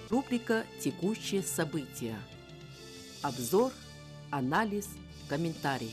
Рубрика «Текущие события». Обзор, анализ, комментарий.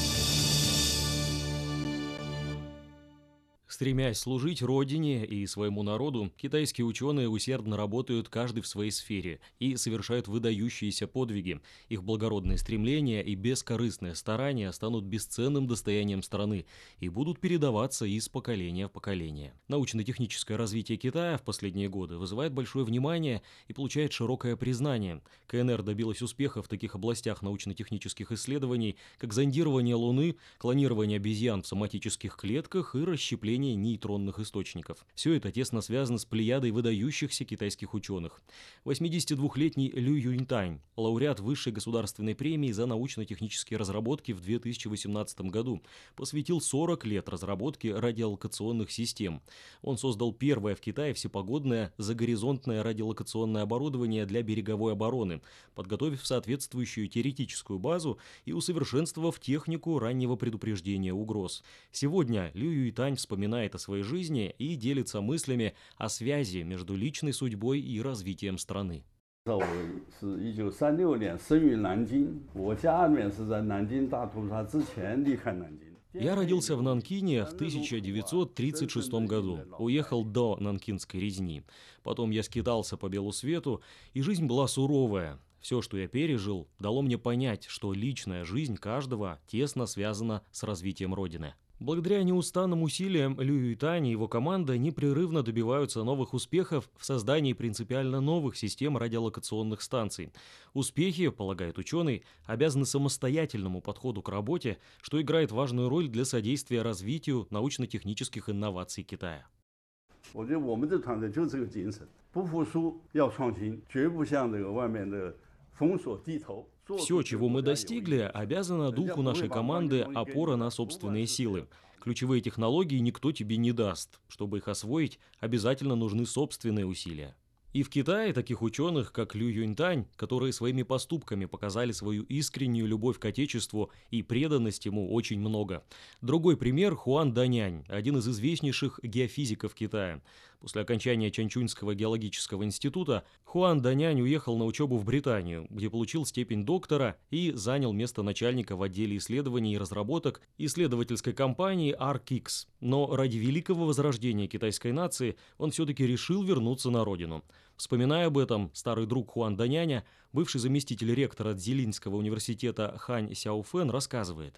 Стремясь служить родине и своему народу, китайские ученые усердно работают каждый в своей сфере и совершают выдающиеся подвиги. Их благородные стремления и бескорыстные старания станут бесценным достоянием страны и будут передаваться из поколения в поколение. Научно-техническое развитие Китая в последние годы вызывает большое внимание и получает широкое признание. КНР добилась успеха в таких областях научно-технических исследований, как зондирование Луны, клонирование обезьян в соматических клетках и расщепление нейтронных источников. Все это тесно связано с плеядой выдающихся китайских ученых. 82-летний Лю Юньтань, лауреат Высшей государственной премии за научно-технические разработки в 2018 году, посвятил 40 лет разработке радиолокационных систем. Он создал первое в Китае всепогодное загоризонтное радиолокационное оборудование для береговой обороны, подготовив соответствующую теоретическую базу и усовершенствовав технику раннего предупреждения угроз. Сегодня Лю Юньтань вспоминает о своей жизни и делится мыслями о связи между личной судьбой и развитием страны. Я родился в Нанкине в 1936 году, уехал до нанкинской резни. Потом я скитался по белу свету, и жизнь была суровая. Все, что я пережил, дало мне понять, что личная жизнь каждого тесно связана с развитием Родины. Благодаря неустанным усилиям Лю Юньтань и его команда непрерывно добиваются новых успехов в создании принципиально новых систем радиолокационных станций. Успехи, полагает ученый, обязаны самостоятельному подходу к работе, что играет важную роль для содействия развитию научно-технических инноваций Китая. Все, чего мы достигли, обязано духу нашей команды опора на собственные силы. Ключевые технологии никто тебе не даст. Чтобы их освоить, обязательно нужны собственные усилия. И в Китае таких ученых, как Лю Юньтань, которые своими поступками показали свою искреннюю любовь к Отечеству и преданность ему, очень много. Другой пример – Хуан Данянь, один из известнейших геофизиков Китая. После окончания Чанчуньского геологического института Хуан Данянь уехал на учебу в Британию, где получил степень доктора и занял место начальника в отделе исследований и разработок исследовательской компании ARC-X. Но ради великого возрождения китайской нации он все-таки решил вернуться на родину. Вспоминая об этом, старый друг Хуан Даняня, бывший заместитель ректора Цзилинского университета Хань Сяофэн, рассказывает.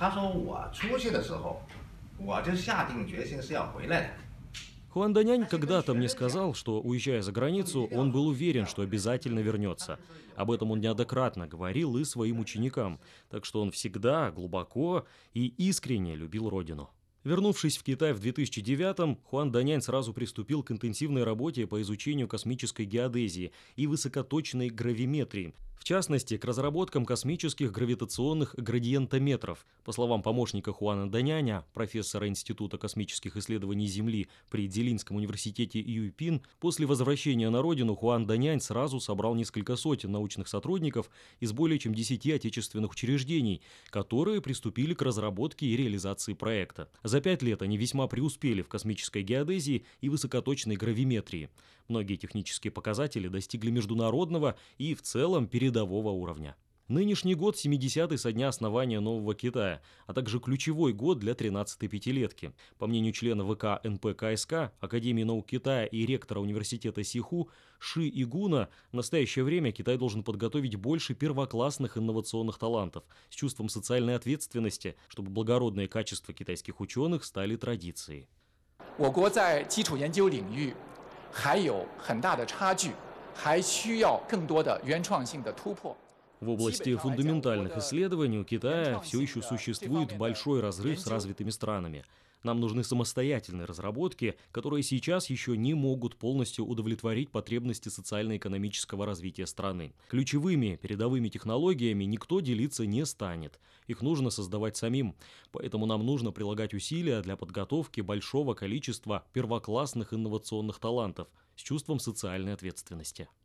Хуан Данянь когда-то мне сказал, что, уезжая за границу, он был уверен, что обязательно вернется. Об этом он неоднократно говорил и своим ученикам, так что он всегда глубоко и искренне любил родину. Вернувшись в Китай в 2009-м, Хуан Данянь сразу приступил к интенсивной работе по изучению космической геодезии и высокоточной гравиметрии, в частности, к разработкам космических гравитационных градиентометров. По словам помощника Хуана Даняня, профессора Института космических исследований Земли при Цзилинском университете Юйпин, после возвращения на родину Хуан Данянь сразу собрал несколько сотен научных сотрудников из более чем 10 отечественных учреждений, которые приступили к разработке и реализации проекта. За 5 лет они весьма преуспели в космической геодезии и высокоточной гравиметрии. Многие технические показатели достигли международного и в целом передового уровня. Нынешний год – 70-й со дня основания Нового Китая, а также ключевой год для 13-й пятилетки. По мнению члена ВК НП КСК, Академии наук Китая и ректора университета Сиху Ши Игуна, в настоящее время Китай должен подготовить больше первоклассных инновационных талантов с чувством социальной ответственности, чтобы благородные качества китайских ученых стали традицией. 我国在基础研究领域还有很大的差距，还需要更多的原创性的突破。 В области фундаментальных исследований у Китая все еще существует большой разрыв с развитыми странами. Нам нужны самостоятельные разработки, которые сейчас еще не могут полностью удовлетворить потребности социально-экономического развития страны. Ключевыми передовыми технологиями никто делиться не станет. Их нужно создавать самим. Поэтому нам нужно прилагать усилия для подготовки большого количества первоклассных инновационных талантов с чувством социальной ответственности.